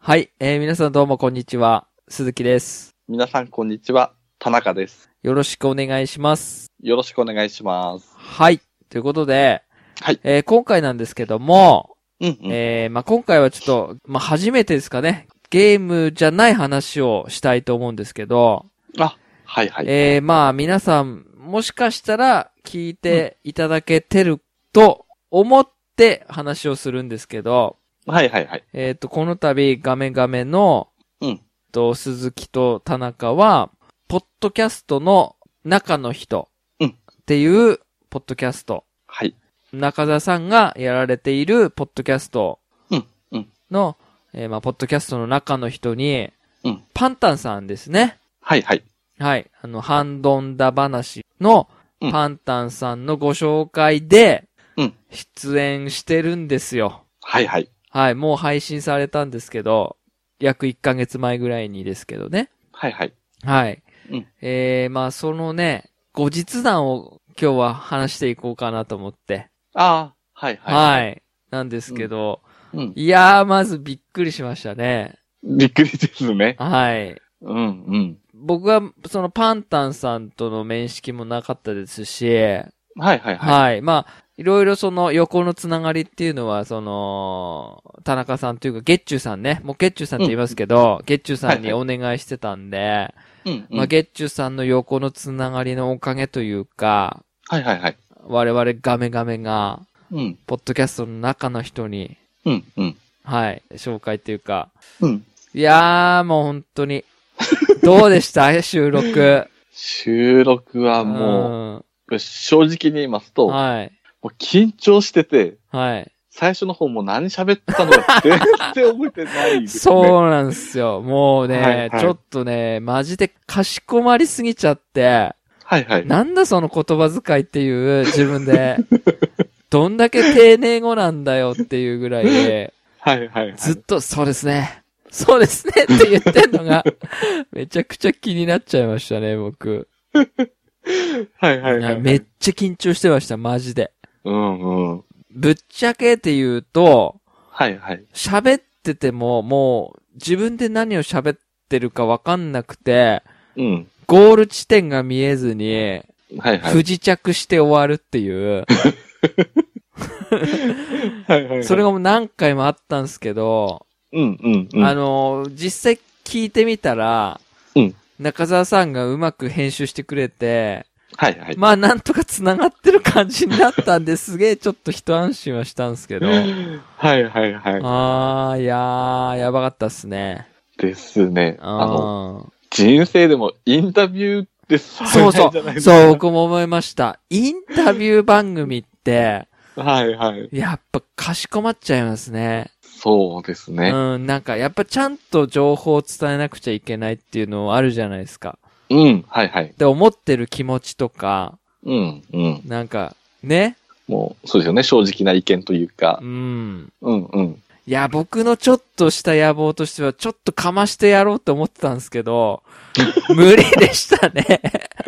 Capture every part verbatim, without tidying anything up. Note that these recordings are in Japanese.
はい、えー、皆さんどうもこんにちは。鈴木です。 皆さんこんにちは。田中です。 よろしくお願いします。 よろしくお願いします。 はい。ということで、 はい。 えー、今回なんですけども、 うんうん。 えー、まあ、今回はちょっと、まあ、初めてですかね。ゲームじゃない話をしたいと思うんですけど、 あ、はいはい。 えー、まあ、皆さん、もしかしたら聞いていただけてると思って話をするんですけど、 はいはいはい。 えっと、この度、ガメガメの、 うん。 と、鈴木と田中は、ポッドキャストの中の人っていう、ポッドキャスト。 はい。 中澤さんがやられている、ポッドキャストうん。うん。 の、えー、まあ、ポッドキャストの中の人に、 うん。 パンタンさんですね。 はいはい。 はい。あの、ハンドンダ話の、 うんパンタンさんのご紹介で、 うん。 出演してるんですよ。 はいはい。 はい。もう配信されたんですけど、約いっかげつまえぐらいにですけどね。 はいはい。 はい。 うん。 えー、まあ、そのね、後日談を今日は話していこうかなと思って。 ああ、はいはい。 はい。なんですけど、 うん。 いやー、まずびっくりしましたね。 びっくりですね。 はい。 うんうん。 僕は、そのパンタンさんとの面識もなかったですし、 はいはいはい。 はい。まあ、いろいろその横のつながりっていうのは、その、田中さんというか、ゲッチューさんね。もうゲッチューさんって言いますけど、ゲッチューさんにお願いしてたんで、 うんうん。 まあ、ゲッチューさんの横のつながりのおかげというか、 はいはいはい。 我々ガメガメが、 うん。 ポッドキャストの中の人に、 うんうん。 はい、紹介っていうか、 うん。 いやー、もう本当に、どうでした収録。 収録はもうう、正直に言いますと、 ん、はい、 もう緊張してて、 はい。 最初の方もう何喋ったのか全然覚えてないですね。 そうなんですよ。もうね、 はいはいちょっとね、マジでかしこまりすぎちゃって、 はいはい。 なんだその言葉遣いっていう自分で、どんだけ丁寧語なんだよっていうぐらいで、 はいはいはい。 ずっとそうですね。そうですねって言ってんのが、めちゃくちゃ気になっちゃいましたね、僕。 はいはいはい、はい。 めっちゃ緊張してました、マジで。 うんうん。 ぶっちゃけって言うと、 はいはい。 喋ってても、もう、自分で何を喋ってるかわかんなくて、 うん。 ゴール地点が見えずに、 はいはい。 不時着して終わるっていう。 はいはいはい。 それがもう何回もあったんですけど、 うんうんうん。 あの、実際聞いてみたら、 うん。 中澤さんがうまく編集してくれて、 はいはい。 まあなんとか繋がってる感じになったんですげえちょっと一安心はしたんですけど。 はいはいはい。 あー、いやー、やばかったっすね。 ですね。 ああの、人生でもインタビューってそうそう。 う。 そう、僕も思いました。インタビュー番組って、 はいはい。 やっぱかしこまっちゃいますね。 そうですね。 うん、なんかやっぱちゃんと情報を伝えなくちゃいけないっていうのあるじゃないですか。 うん、はいはい。 で、思ってる気持ちとか、 うん、うん。 なんか、ね。 もう、そうですよね。正直な意見というかう。ん。 うん、うん。 いや、僕のちょっとした野望としては、ちょっとかましてやろうと思ってたんですけど、無理でしたね。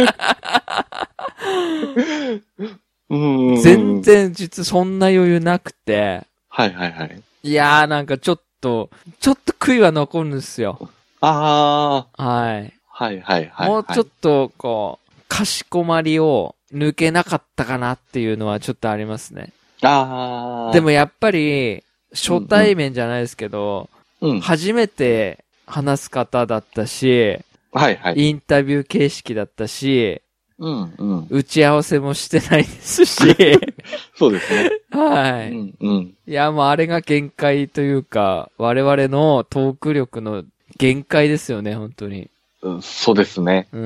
うん。 全然実そんな余裕なくて。 はいはいはい。 いやーなんかちょっと、ちょっと悔いは残るんですよ。 ああ。 はい。 はいはいはい。 もうちょっと、こう、かしこまりを抜けなかったかなっていうのはちょっとありますね。 ああ。 でもやっぱり、初対面じゃないですけど、 うん。 初めて話す方だったし、 はいはい。 インタビュー形式だったし、 うんうん。 打ち合わせもしてないですし、 そうですね。 はい。 うんうん。 いや、もうあれが限界というか、我々のトーク力の限界ですよね、本当に。 うん、そうですね。 うん。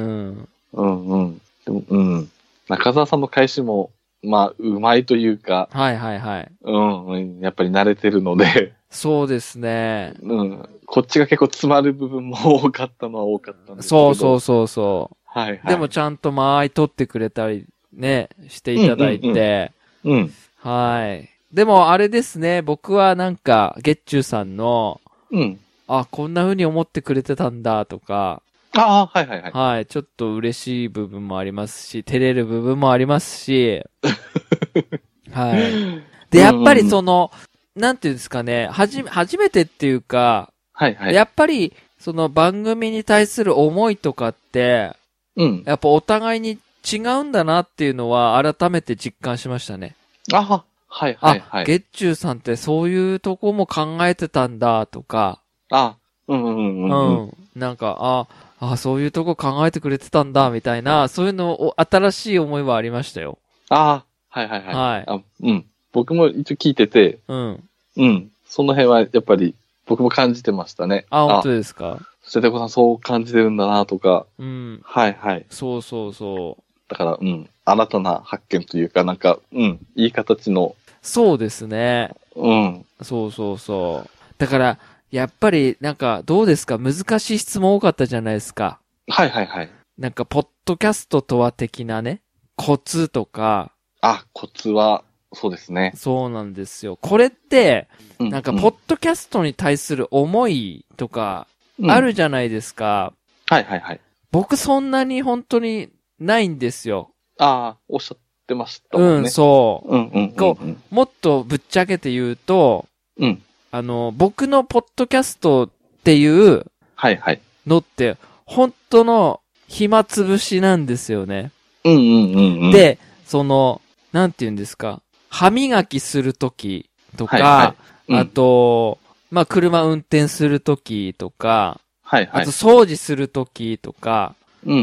うんうん。でもうん。中澤さんの返しも、まあ、うまいというか、 はいはいはい。 うんうん、やっぱり慣れてるので、 そうですね。 うん。こっちが結構詰まる部分も多かったのは多かったんですけど。 そうそうそうそう。 はいはい。 でもちゃんと間合い取ってくれたりね、していただいて、 うんうんうん。 はい。でもあれですね、僕はなんか、ゲッチューさんの、 うん。 あ、こんな風に思ってくれてたんだとか、 ああ、はいはいはい。 はい、ちょっと嬉しい部分もありますし、照れる部分もありますし、はい。で、やっぱりその、なんていうんですかね、はじ、初めてっていうか、 はいはい。 やっぱり、その番組に対する思いとかって、 うん。 やっぱお互いに違うんだなっていうのは改めて実感しましたね。 あ、はいはいはあ、 い。 月中さんってそういうとこも考えてたんだとか、 あ、うんうんうんうん。 うん。なんか、あ、あ、そういうとこ考えてくれてたんだみたいな、そういうのを新しい思いはありましたよ。 あ、はいはいはい。 はい。 あ、うん。僕も一応聞いてて、 うん。 うん。その辺はやっぱり僕も感じてましたね。 あ、本あ、 当ですか？ 瀬戸子さんそう感じてるんだなとか。 うん。 はいはい。 そうそうそう。 だから、うん。新たな発見というか、なんか、うん。いい形の、 そうですね。 うん。 そうそうそう。だから、やっぱり、なんか、どうですか？難しい質問多かったじゃないですか。 はいはいはい。 なんか、ポッドキャストとは的なね、コツとか、 あ、コツは、そうですね。 そうなんですよ。これって、 うん、 なんか、 うんポッドキャストに対する思いとか、あるじゃないですか。 はいはいはい。 僕そんなに本当にないんですよ。 ああ、おっしゃってましたもんね。 うん、そう。 うんうんうんうん。 こう、もっとぶっちゃけて言うと、 うん。 あの、僕のポッドキャストっていうはいはい。 のって、本当の暇つぶしなんですよね。 うんうんうんうん。、 で、その、なんて言うんですか。歯磨きするときとか、 はいはいうん、 あと、まあ、車運転するときとか、 はいはい。 あと掃除するときとか、 うんうん。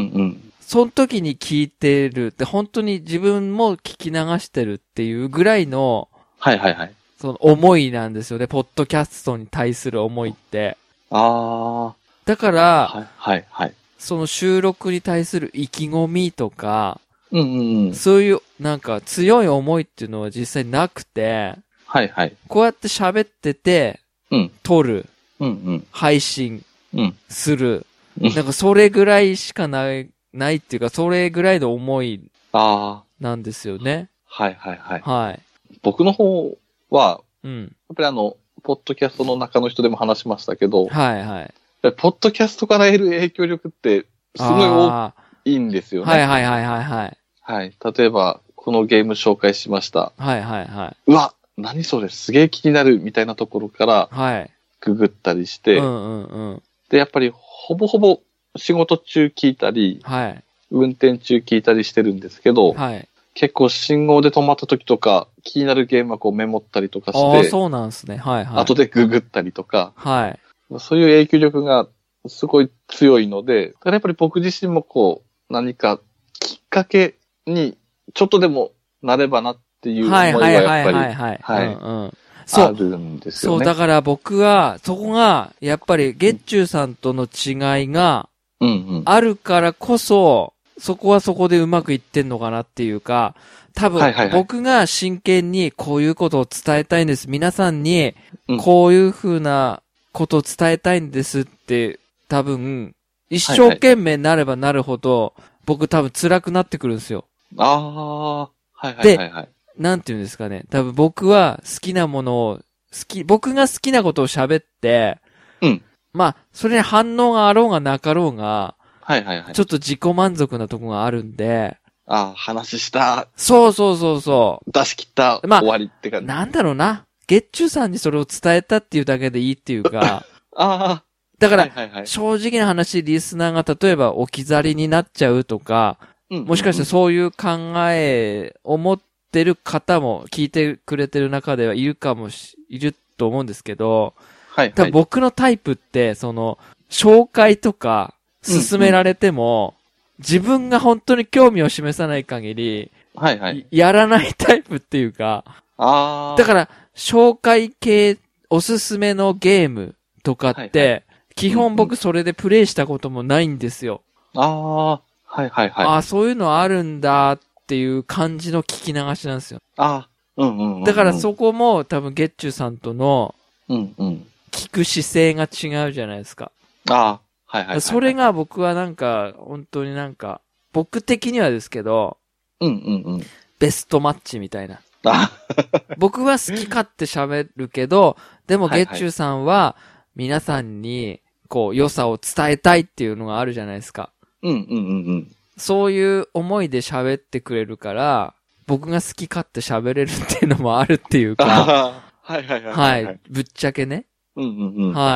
その時に聞いてるって、本当に自分も聞き流してるっていうぐらいの、 はいはいはい。 その思いなんですよね。ポッドキャストに対する思いって。 ああ。 だから、 はいはいはい。 その収録に対する意気込みとか、 うんうんうん。 そういうなんか強い思いっていうのは実際なくて、 はいはい。 こうやって喋ってて、 うん。 撮る、 うんうん。 配信うん。 する。 うんなんかそれぐらいしかない、ないっていうか、それぐらいの思いああ。 なんですよね。 はいはいはい。 はい。 僕の方は、 うん。 やっぱりあの、ポッドキャストの中の人でも話しましたけど、 はいはい。 ポッドキャストから得る影響力って、すごい大きいんですよね。 はいはいはいはいはい。 はい。例えば、このゲーム紹介しました。 はいはいはい。 うわ、何それすげえ気になるみたいなところから、 はい。 ググったりして、 うんうんうん。 で、やっぱりほぼほぼ仕事中聞いたり、 はい。 運転中聞いたりしてるんですけど、 はい。 結構信号で止まった時とか、気になるゲームはこうメモったりとかして、 ああ、そうなんですね。はいはい。 後でググったりとか、 はい。 そういう影響力がすごい強いので、だからやっぱり僕自身もこう、何かきっかけにちょっとでもなればなっていう思いはやっぱり、 はいはいはいはい。 はい。 うんうん。そう。 あるんですよね。 そう、だから僕は、そこが、やっぱり、月中さんとの違いが、 うんうん。 あるからこそ、そこはそこでうまくいってんのかなっていうか、多分、 はいはいはい僕が真剣にこういうことを伝えたいんです。皆さんにうん、 こういうふうなことを伝えたいんですって、多分、一生懸命なればなるほど、僕多分辛くなってくるんですよ。 ああ、はいはいはいはい。 なんていうんですかね。多分僕は好きなものを、好き、僕が好きなことを喋って、 うん。 まあ、それに反応があろうがなかろうが、 はいはいはい。 ちょっと自己満足なとこがあるんで、 ああ、話した、 そうそうそうそ出し切った、 まあ終わりって感う。 じ。 なんだろうな。月中さんにそれを伝えたっていうだけでいいっていうか、 ああ、 だから、 はいはいはい。 正直な話、リスナーが例えば置き去りになっちゃうとか、 うんもしかしてそういう考えを持ってる方も聞いてくれてる中ではいるかもし、いると思うんですけど、 はいはい。 多分僕のタイプって、その、紹介とか、勧められても、自分が本当に興味を示さない限り、 はいはい。 やらないタイプっていうか、 ああ。 だから、紹介系、おすすめのゲームとかって、 はいは基本僕それでプレイしたこともないんですよ。 ああ、はいはいはい。 ああ、そういうのあるんだっていう感じの聞き流しなんですよ。 ああ、うんうんうんうん。 だからそこも多分ゲッチュさんとのうんうん。 聞く姿勢が違うじゃないですか。 ああ、はいはいはいはい。 それが僕はなんか、本当になんか、僕的にはですけど、 うんうんうん。 ベストマッチみたいな。 あ僕は好き勝手喋るけど、でもはいはいゲッチュさんは皆さんにこう良さを伝えたいっていうのがあるじゃないですか。 うんうんうんうん。 そういう思いで喋ってくれるから、僕が好き勝手喋れるっていうのもあるっていうか、 ああ、はいはいはいははい。 い、ぶっちゃけね。 うんうんうん。 はい。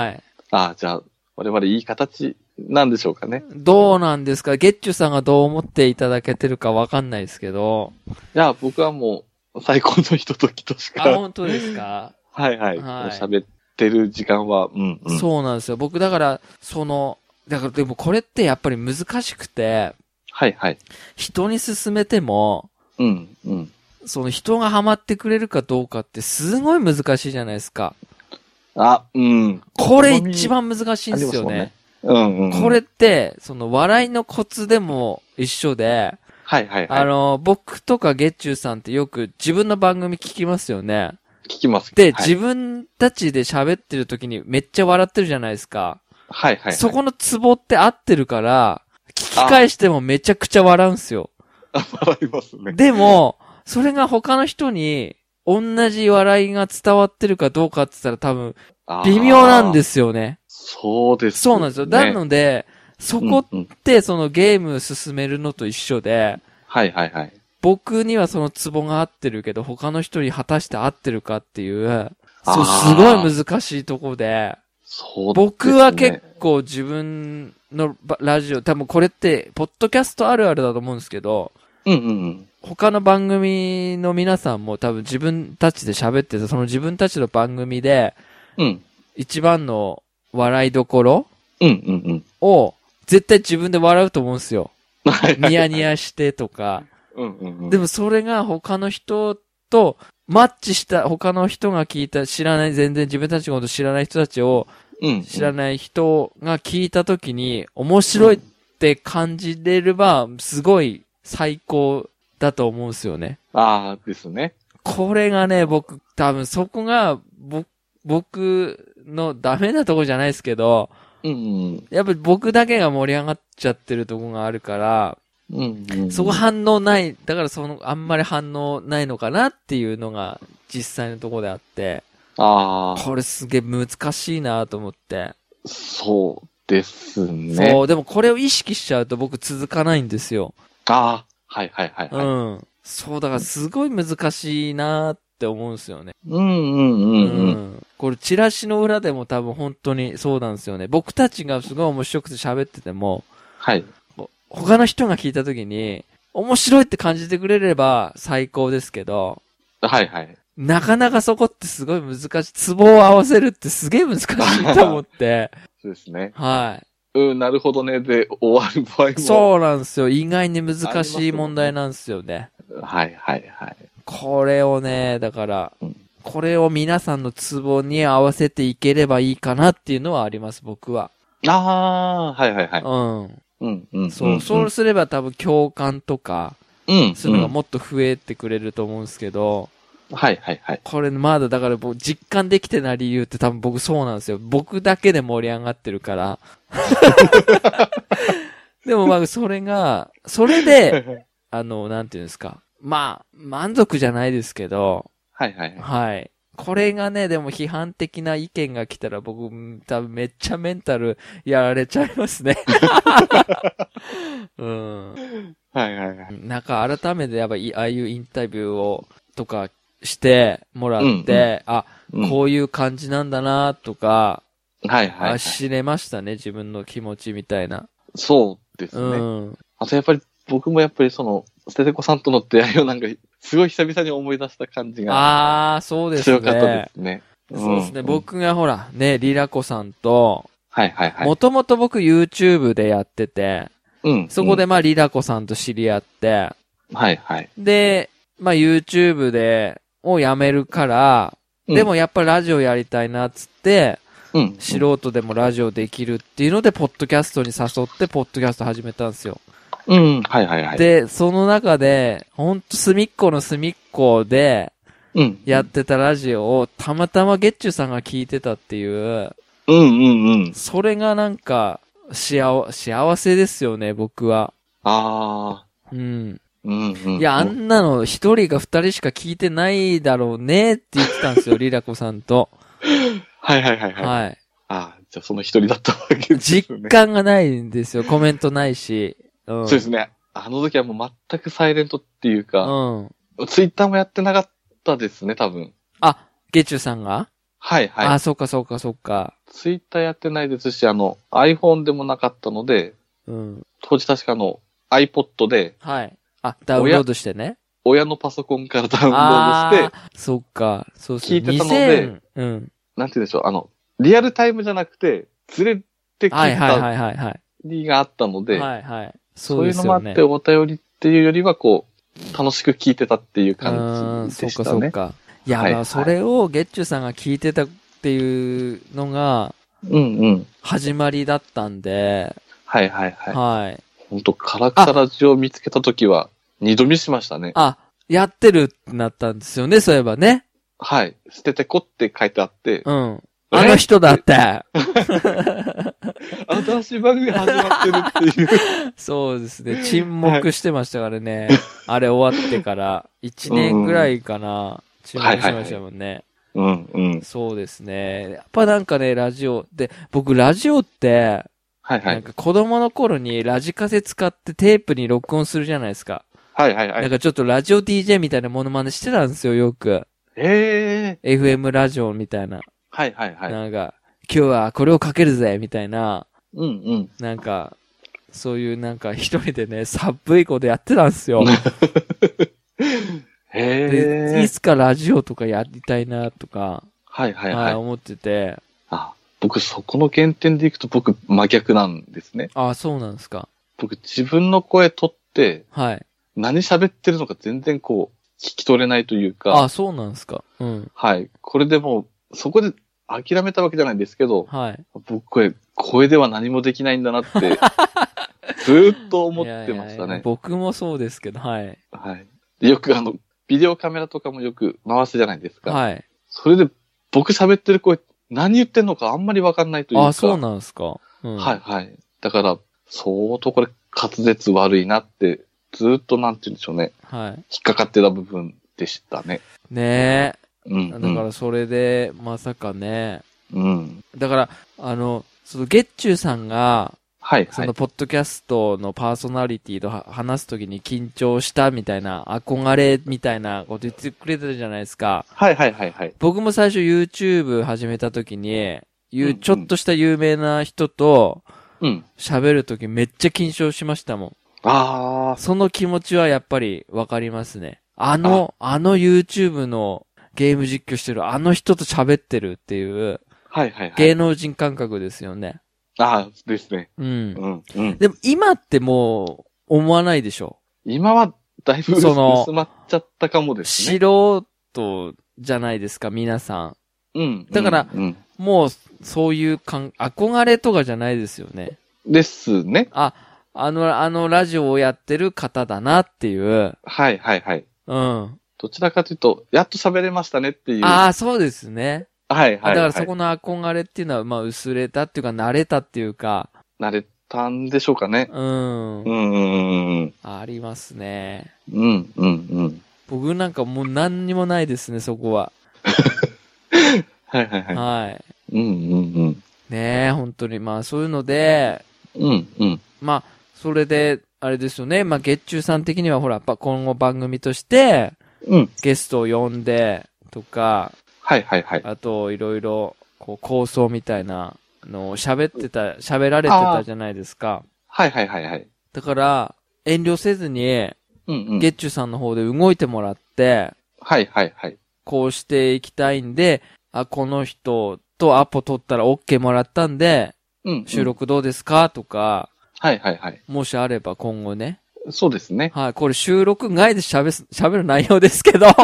ああ、じゃあ、我々いい形なんでしょうかね。 どうなんですか？ゲッチュさんがどう思っていただけてるかわかんないですけど。 いや、僕はもう、最高のひとときとしか。 あ、本当ですか？ はいはい。 はい。 喋ってる時間は、うん、うん。 そうなんですよ。僕だから、その、だからでもこれってやっぱり難しくて、 はいはい。 人に勧めても、 うん、うん。 その人がハマってくれるかどうかってすごい難しいじゃないですか。 あ、うん。 これ一番難しいんですよね。 うんうん、うん。 これって、その笑いのコツでも一緒で、 はいはいはい。 あの、僕とかゲッチューさんってよく自分の番組聞きますよね。 聞きます。 で、 はい、 自分たちで喋ってる時にめっちゃ笑ってるじゃないですか。 はいはい、はい。そこのツボって合ってるから、聞き返してもめちゃくちゃ笑うんすよ。 笑いますね。 でも、それが他の人に同じ笑いが伝わってるかどうかって言ったら多分、微妙なんですよね。 そうですね。 そうなんですよ。なので、そこってそのゲーム進めるのと一緒で、 はいはいはい。 僕にはそのツボが合ってるけど、他の人に果たして合ってるかっていう、そう、すごい難しいとこで、 そうですね、 僕は結構自分のラジオ、多分これって、ポッドキャストあるあるだと思うんですけど、 うんうんうん。 他の番組の皆さんも多分自分たちで喋ってて、その自分たちの番組で、 うん。 一番の笑いどころうんうんうん。 を、絶対自分で笑うと思うんですよ。 はいはいはい。 ニヤニヤしてとか。 うんうんうん。 でもそれが他の人とマッチした他の人が聞いた知らない、全然自分たちのこと知らない人たちを、知らない人が聞いたときに面白いって感じれれば、すごい最高だと思うんですよね。 ああ、ですね。 これがね、僕、多分そこが、ぼ、僕のダメなとこじゃないですけど、 うんうん、 やっぱり僕だけが盛り上がっちゃってるとこがあるから、 うんうんうん、 そこ反応ない、だからその、あんまり反応ないのかなっていうのが実際のところであって、 ああ。 これすげえ難しいなと思って。 そうですね。 そう、でもこれを意識しちゃうと僕続かないんですよ。 ああ、はいはいはい、はい。 うん。そう、だからすごい難しいなって思うんですよね。 うんうんうんうん。うん、 これチラシの裏でも多分本当にそうなんですよね。僕たちがすごい面白くて喋ってても、 はい。 他の人が聞いたときに、面白いって感じてくれれば最高ですけど、 はいはい。 なかなかそこってすごい難しい。ツボを合わせるってすげえ難しいと思って。 そうですね。 はい。 うん、なるほどね。で、終わる場合も。 そうなんですよ。意外に難しい問題なんですよね。 はいはいはい。 これをね、だから、うん、これを皆さんのツボに合わせていければいいかなっていうのはあります、僕は。 ああ、はいはいはい。 うん。 うんうん。 そう、そうすれば多分共感とか、うん。そういうのがもっと増えてくれると思うんですけど、 はいはいはい。 これまだだから僕実感できてない理由って多分僕そうなんですよ。僕だけで盛り上がってるから。でもまあそれが、それで、あの、なんていうんですか。まあ、満足じゃないですけど。 はいはいはい。 はい。これがね、でも批判的な意見が来たら僕多分めっちゃメンタルやられちゃいますね。うん。 はいはいはい。 なんか改めてやっぱああいうインタビューをとかしてもらって、うんうん、あ、うん、こういう感じなんだなとか、 はいはい、はい。 知れましたね、自分の気持ちみたいな。 そうですね。うん。あとやっぱり僕もやっぱりその、ステテコさんとの出会いをなんか、すごい久々に思い出した感じが。 ああ、そうですね。 強かったですね。 うん、そうですね。僕がほら、ね、リラコさんと、 はいはいはい。 もともと僕 YouTube でやってて、 うん。 そこでまあリラコさんと知り合って、 はいはい。 で、まあ YouTube で、をやめるから、うん、でもやっぱラジオやりたいなっつって、うん。素人でもラジオできるっていうので、ポッドキャストに誘って、ポッドキャスト始めたんですよ。 うん、はいはいはい。 で、その中で、ほんと隅っこの隅っこで、やってたラジオを、たまたまゲッチュさんが聞いてたっていう、 うんうんうん。 それがなんか、幸、幸せですよね、僕は。 ああ。 うん。 うんうん。 いや、あんなの一人が二人しか聞いてないだろうねって言ってたんですよ、リラコさんと。 はいはいはいはい。はい。ああ、じゃあその一人だったわけですね。 実感がないんですよ、コメントないし。うん、 そうですね。あの時はもう全くサイレントっていうか、うん。ツイッターもやってなかったですね、多分。 あ、ゲチュさんがはいはい。 あ、そっかそっかそっか。 ツイッターやってないですし、あの、iPhone でもなかったので、 うん。 当時確かあの、iPod で、 はい。あ、ダウンロードしてね。 親のパソコンからダウンロードして、 そっか。そうそう。 聞いてたので、 うん。 なんて言うんでしょう、あの、リアルタイムじゃなくて、連れて聞いてた。 はいはいはいはいはい。 理があったので、 はいはい。 そういうのもあってお便りっていうよりは、こう、楽しく聞いてたっていう感じでしたね。 そうかそうか。いや、はいはい、それをゲッチュさんが聞いてたっていうのが、 うんうん。 始まりだったんで、 はいはいはい。 はい。 本当カラクサラジオを見つけたときは、二度見しましたね。 あ、やってるってなったんですよね、そういえばね。 はい。捨ててこって書いてあって。 うん。あの人だって。 新しい番組始まってるっていう。 そうですね。沈黙してましたからね。はい、あれ終わってから、一年ぐらいかな。沈黙してましたもんね。 うんうん。 そうですね。やっぱなんかね、ラジオ。で、僕ラジオって、 はいはい。 なんか子供の頃にラジカセ使ってテープに録音するじゃないですか。 はいはいはい。 なんかちょっとラジオ ディージェー みたいなモノマネしてたんですよ、よく。 へー。 エフエム ラジオみたいな。 はいはいはい。 なんか、今日はこれをかけるぜ、みたいな。 うんうん。 なんか、そういうなんか一人でね、寒いことやってたんですよ。 へー。 いつかラジオとかやりたいな、とか。 はいはいはい。 はい、思ってて。 あ、僕そこの原点でいくと僕真逆なんですね。 あ、そうなんですか。 僕自分の声取って、 はい。 何喋ってるのか全然こう、聞き取れないというか。 あ、そうなんですか。うん。 はい。これでもう、そこで諦めたわけじゃないんですけど、 はい。 僕これ、声では何もできないんだなって、ずーっと思ってましたね。いやいやいや僕もそうですけど、はい。 はい。よくあの、ビデオカメラとかもよく回すじゃないですか。 はい。 それで、僕喋ってる声、何言ってんのかあんまりわかんないというか。 あ、そうなんですか。 うん、はいはい。だから、相当これ滑舌悪いなって、ずーっとなんて言うんでしょうね。はい。引っかかってた部分でしたね。 ねえ。 うん、 うん。だからそれで、まさかね。 うん。 だから、あの、そのゲッチューさんが、 はい、はい。 そのポッドキャストのパーソナリティと話すときに緊張したみたいな、憧れみたいなこと言ってくれてたじゃないですか。 はいはいはいはい。僕も最初 YouTube 始めたときに、うんうん、ちょっとした有名な人と、喋るときめっちゃ緊張しましたもん。 ああ。 その気持ちはやっぱりわかりますね。あの、あ, あの YouTube のゲーム実況してるあの人と喋ってるっていう、 はいはいはい。 芸能人感覚ですよね。 ああ、ですね。 うん。 うん。うん。 でも今ってもう思わないでしょ。 今はだいぶ薄まっちゃったかもですね。 素人じゃないですか、皆さん。 うん。 だから、 うんうん、 もうそういうかん、憧れとかじゃないですよね。 ですね。 あ、あの、あのラジオをやってる方だなっていう。 はいはいはい。 うん。 どちらかというと、やっと喋れましたねっていう。 ああ、そうですね。 はいはい、はい。 だからそこの憧れっていうのは、まあ薄れたっていうか、慣れたっていうか。 慣れたんでしょうかね。 うん。 うんうんうん。 ありますね。 うんうんうん。 僕なんかもう何にもないですね、そこは。 はいはいはい。 はい。 うんうんうん。 ねえ、本当に。まあそういうので、 うんうん。 まあ、それで、あれですよね。まあ、月中さん的にはほら、やっぱ今後番組として、 うん。 ゲストを呼んで、とか、 はいはいはい。 あと、いろいろ、こう、構想みたいなのを喋ってた、喋られてたじゃないですか。 はいはいはいはい。 だから、遠慮せずに、 うんうん。 月中さんの方で動いてもらって、 はいはいはい。 こうしていきたいんで、あ、この人とアポ取ったら OK もらったんで、うん、うん、収録どうですかとか、 はいはいはい。 もしあれば今後ね。 そうですね。 はい、これ収録外で喋す、喋る内容ですけど。はい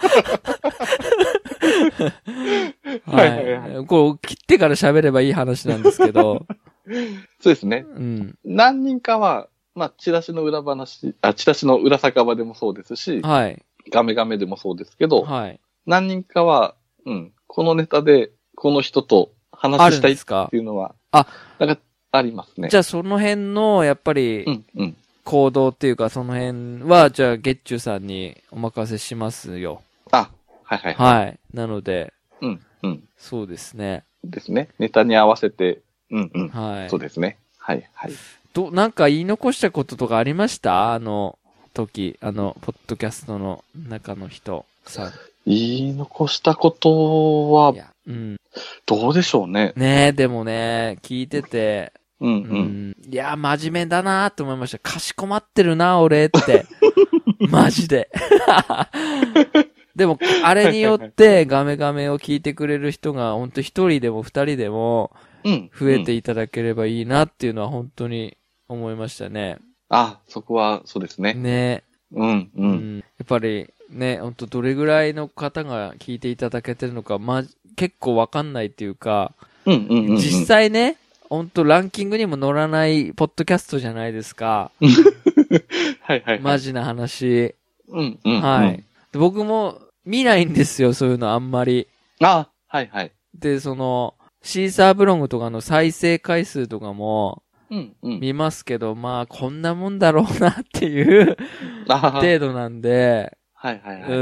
はいはい。こう、切ってから喋ればいい話なんですけど。 そうですね。 うん。 何人かは、まあ、チラシの裏話、あ、チラシの裏酒場でもそうですし、 はい。 ガメガメでもそうですけど、 はい。 何人かは、うん、このネタで、この人と話したいっていうのは、 あ、 なんか、ありますね。 じゃあその辺の、やっぱり、 うん、うん。 行動っていうか、その辺は、じゃあ、月中さんにお任せしますよ。 あ、はいはいはい。はい。なので、 うん、うん。 そうですね。 ですね。ネタに合わせて、うんうん。 はい。 そうですね。はいはい。 ど、なんか言い残したこととかありましたあの時、あの、ポッドキャストの中の人さん。 言い残したことは、 うん、 どうでしょうね。 ねえ、でもね、聞いてて、 うんうん。 うん、いや、真面目だなーって思いました。かしこまってるな、俺って。マジで。でも、あれによって、ガメガメを聞いてくれる人が、ほんと一人でも二人でも、増えていただければいいなっていうのは本当に思いましたね。 あ、そこは、そうですね。 ね。 うん、うん、うん。 やっぱり、ね、ほんとどれぐらいの方が聞いていただけてるのか、ま、結構わかんないっていうか、 うん、うん、うん。 実際ね、ほんとランキングにも載らないポッドキャストじゃないですか。 はい、はい、はい。 マジな話。 うん、うん。 はい。僕も見ないんですよ、そういうのあんまり。 あ、はい、はい。 で、その、シーサーブログとかの再生回数とかも、 うんうん、 見ますけど、まあ、こんなもんだろうなっていう程度なんで、 はいはいはい。 うん。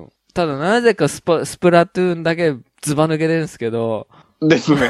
ただなぜかスパ、スプラトゥーンだけズバ抜けてるんですけど。 ですね。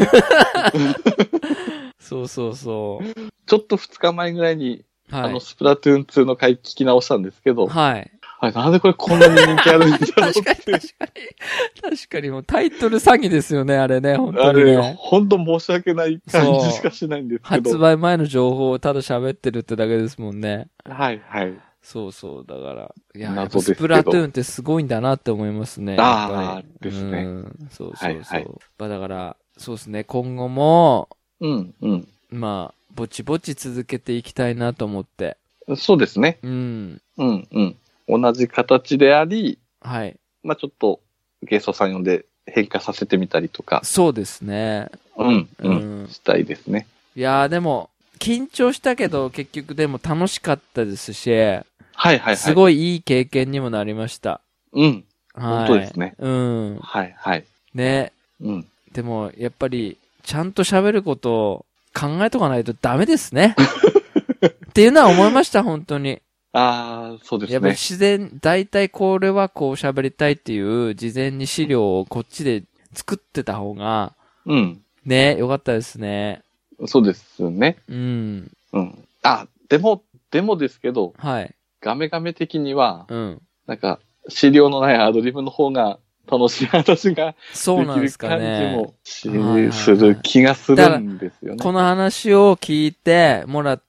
そうそうそう。 ちょっと二日前ぐらいに、はい、あの、スプラトゥーンツーの回聞き直したんですけど、 はい。 はい、なんでこれこんなに人気あるんだろう確かに確かに。確かにもうタイトル詐欺ですよね、あれね、本当に、ね。 あれ、本当申し訳ない感じしかしないんですけど。 発売前の情報をただ喋ってるってだけですもんね。 はいはい。 そうそう、だから。いや、やっぱスプラトゥーンってすごいんだなって思いますね。 ああ、ですね。 うん。そうそうそう。はいはい、まあだから、そうですね、今後も、 うんうん。 まあ、ぼちぼち続けていきたいなと思って。 そうですね。 うん。 うんうん。同じ形であり、 はい。 まあちょっとゲストさん呼んで変化させてみたりとか。 そうですね。 うん、うん、うん。したいですね。 いやーでも、緊張したけど結局でも楽しかったですし、はいはいはい。 すごいいい経験にもなりました。 うん。 はい。 本当ですね。 うん。 はいはい。 ね。 うん。 でも、やっぱり、ちゃんと喋ることを考えとかないとダメですね。っていうのは思いました、本当に。 ああ、そうですね。 やっぱり自然、大体これはこう喋りたいっていう、事前に資料をこっちで作ってた方が、 うん。 ね、よかったですね。 そうですね。 うん。 うん。あ、でも、でもですけど、 はい。 ガメガメ的には、 うん。 なんか、資料のないアドリブの方が楽しい話がそうなんですかね。 できる感じもする気がするんですよね。 この話を聞いてもらって、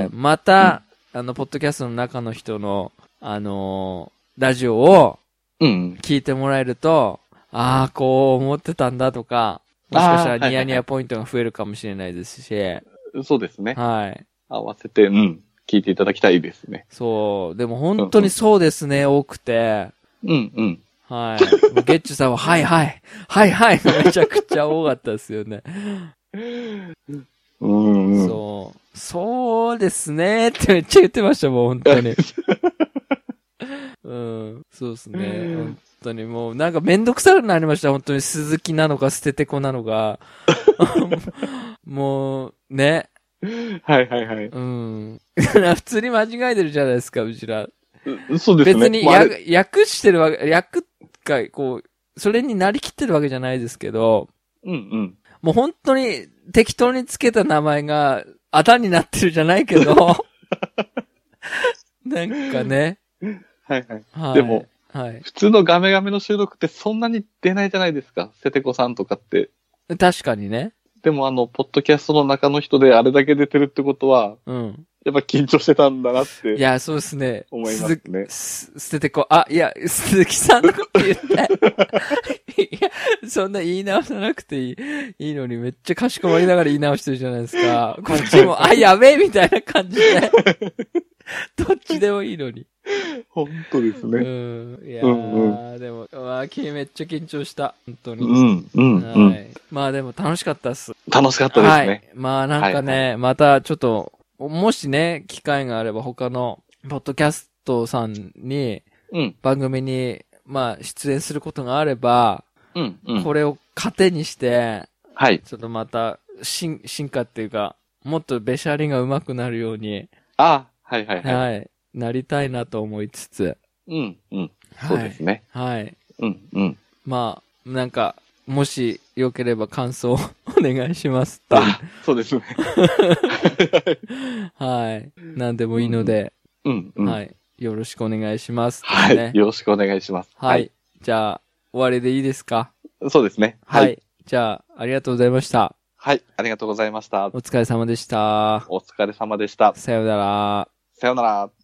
うんうん、また、うん、あの、ポッドキャストの中の人の、あのー、ラジオを、聞いてもらえると、うん、ああ、こう思ってたんだとか、もしかしたらニヤニヤポイントが増えるかもしれないですし。 そうですね。 はい。 合わせて、うん。聞いていただきたいですね。 そう。でも本当にそうですね、うんうん、多くて。 うんうん。 はい。ゲッチュさんは、はいはい。はいはいめちゃくちゃ多かったですよね。 うん、うん。 そう。そうですねってめっちゃ言ってましたもん、本当に。うん。そうですね。本当にもう、なんかめんどくさくなりました。本当に鈴木なのか捨ててこなのか。もう、ね。 はいはいはい。 うん。普通に間違えてるじゃないですか、うちら。 そうですね。 別に、や、訳してるわけ、訳か、こう、それになりきってるわけじゃないですけど、 うんうん。 もう本当に適当につけた名前が、あだになってるじゃないけど、なんかね。 はいはい。はい、でも、はい、普通のガメガメの収録ってそんなに出ないじゃないですか。セテコさんとかって。 確かにね。 でもあの、ポッドキャストの中の人であれだけ出てるってことは、うん。やっぱ緊張してたんだなって。 いや、そうですね。 思いますね。 す、捨ててこ、あ、いや、鈴木さんのこと言って。いや、そんな言い直さなくていい、いいのにめっちゃかしこまりながら言い直してるじゃないですか。こっちも、あ、やべえみたいな感じで。どっちでもいいのに。 本当ですね。うん。いやー、うんうん、でも、わー、めっちゃ緊張した。本当に。 うん、うん、うん。はい。 まあでも楽しかったっす。 楽しかったですね。はい。 まあなんかね、はいはい、またちょっと、もしね、機会があれば他の、ポッドキャストさんに、うん、番組に、まあ出演することがあれば、うんうん、これを糧にして、はい。ちょっとまた、進、進化っていうか、もっとべしゃりが上手くなるように。 あ、はいはいはい。 はい。なりたいなと思いつつ。 うん、うん。そうですね。 はい。 うん、うん。 まあ、なんか、もしよければ感想をお願いしますって。 あ、そうですね。 はい。なんでもいいので、 うん、うん、 はい。よろしくお願いします、ね。 はい。よろしくお願いします。 はい。はい、じゃあ、 終わりでいいですか？ そうですね。 はい。はい、じゃあ、ありがとうございました。 はい。ありがとうございました。 お疲れ様でした。 お疲れ様でした。 さようなら。 さようなら。